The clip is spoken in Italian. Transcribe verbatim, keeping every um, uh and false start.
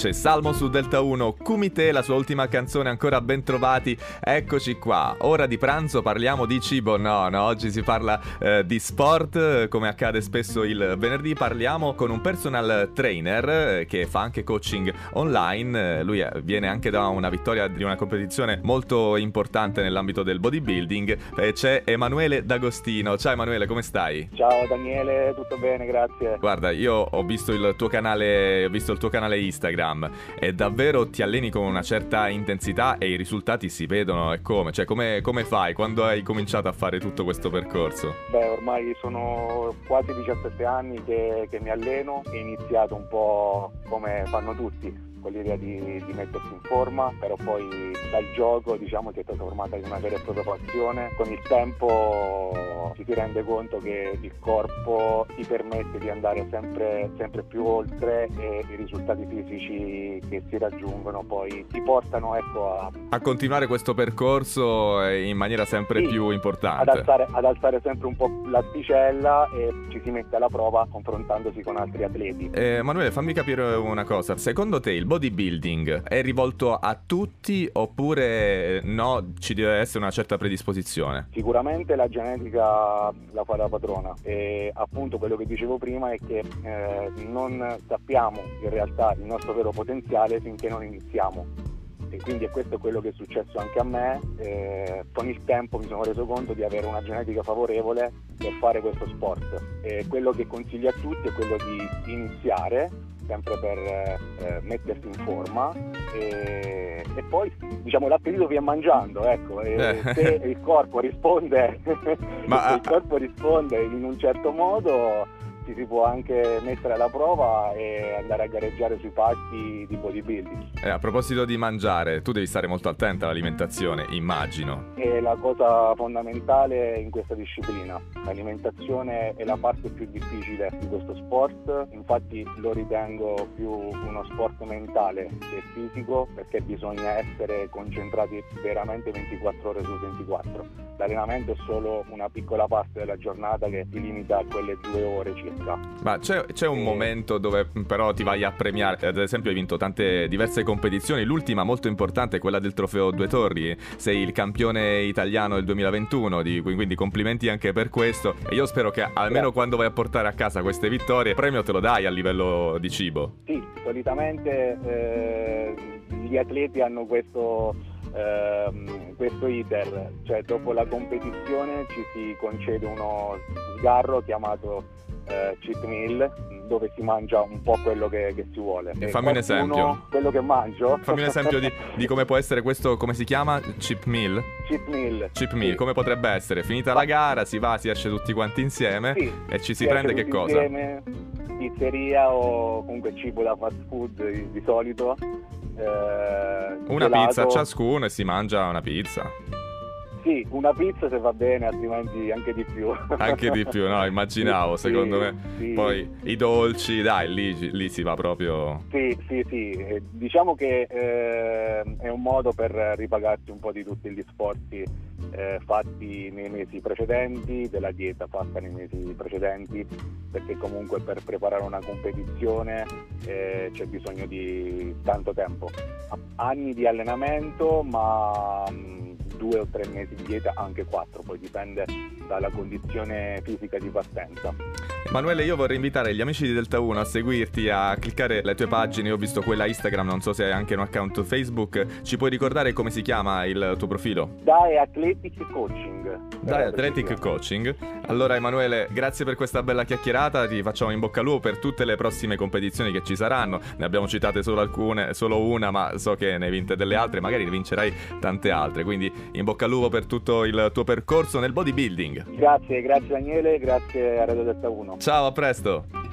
voce, Salmo su Delta uno, Kumite, la sua ultima canzone, ancora ben trovati. Eccoci qua, ora di pranzo parliamo di cibo, no, no, oggi si parla eh, di sport, come accade spesso il venerdì. Parliamo con un personal trainer eh, che fa anche coaching online. Lui eh, viene anche da una vittoria di una competizione molto importante nell'ambito del bodybuilding. Eh, c'è Emanuele D'Agostino. Ciao Emanuele, come stai? Ciao Daniele, tutto bene, grazie. Guarda, io ho visto il tuo canale, ho visto il tuo canale Instagram e davvero ti alleni con una certa intensità e i risultati si vedono. E come? Cioè, come, come fai? Quando hai cominciato a fare tutto questo percorso? Beh, ormai sono quasi diciassette anni che, che mi alleno e ho iniziato un po' come fanno tutti, con l'idea di, di mettersi in forma, però poi dal gioco diciamo si è trasformata in una vera e propria passione. Con il tempo ci si rende conto che il corpo ti permette di andare sempre, sempre più oltre e i risultati fisici che si raggiungono poi ti portano, ecco, a, a continuare questo percorso in maniera sempre sì, più importante, ad alzare, ad alzare sempre un po' l'asticella e ci si mette alla prova confrontandosi con altri atleti. eh, Emanuele, fammi capire una cosa, secondo te il bodybuilding è rivolto a tutti oppure no, ci deve essere una certa predisposizione? Sicuramente la genetica la fa da padrona e appunto quello che dicevo prima è che eh, non sappiamo in realtà il nostro vero potenziale finché non iniziamo, e quindi è questo quello che è successo anche a me. Eh, con il tempo mi sono reso conto di avere una genetica favorevole per fare questo sport, e quello che consiglio a tutti è quello di iniziare sempre per eh, mettersi in forma e, e poi diciamo l'appetito viene mangiando, ecco, e eh. se il corpo risponde Ma, se il corpo risponde in un certo modo ci si può anche mettere alla prova e andare a gareggiare sui palchi di bodybuilding. Eh, a proposito di mangiare, tu devi stare molto attenta all'alimentazione, immagino. È la cosa fondamentale in questa disciplina. L'alimentazione è la parte più difficile di questo sport, infatti lo ritengo più uno sport mentale che fisico, perché bisogna essere concentrati veramente ventiquattro ore su ventiquattro. L'allenamento è solo una piccola parte della giornata che si limita a quelle due ore circa. Ma c'è, c'è un e... momento dove però ti vai a premiare, ad esempio hai vinto tante diverse competizioni, l'ultima molto importante è quella del trofeo Due Torri, sei il campione italiano del duemilaventuno, di, quindi complimenti anche per questo, e io spero che almeno Grazie. Quando vai a portare a casa queste vittorie il premio te lo dai a livello di cibo. Sì, solitamente eh, gli atleti hanno questo Uh, questo iter, cioè dopo la competizione ci si concede uno sgarro chiamato uh, cheat meal, dove si mangia un po' quello che, che si vuole. E fammi un esempio. Quello che mangio. Fammi un esempio di, di come può essere questo, come si chiama? Cheat meal? Cheat meal. Cheat meal, sì. Come potrebbe essere? Finita Ma... la gara, si va, si esce tutti quanti insieme sì, e ci si, si prende che cosa? Insieme, pizzeria o comunque cibo da fast food di, di solito. Eh, una gelato. Pizza a ciascuno e si mangia una pizza. Sì, una pizza se va bene, altrimenti anche di più. Anche di più, no? Immaginavo, sì, secondo me. Sì. Poi i dolci, dai, lì, lì si va proprio... Sì, sì, sì. Eh, diciamo che eh, è un modo per ripagarsi un po' di tutti gli sforzi eh, fatti nei mesi precedenti, della dieta fatta nei mesi precedenti, perché comunque per preparare una competizione eh, c'è bisogno di tanto tempo. Anni di allenamento, ma... Mh, due o tre mesi di dieta, anche quattro, poi dipende dalla condizione fisica di partenza. Emanuele, io vorrei invitare gli amici di Delta uno a seguirti, a cliccare le tue pagine. Io ho visto quella Instagram, non so se hai anche un account Facebook. Ci puoi ricordare come si chiama il tuo profilo? Dai Athletic Coaching. Dai Athletic Coaching. Allora Emanuele, grazie per questa bella chiacchierata, ti facciamo in bocca al lupo per tutte le prossime competizioni che ci saranno. Ne abbiamo citate solo alcune, solo una, ma so che ne hai vinte delle altre, magari ne vincerai tante altre, quindi in bocca al lupo per tutto il tuo percorso nel bodybuilding. Grazie, grazie Daniele, grazie a Radio Delta uno. Ciao, a presto.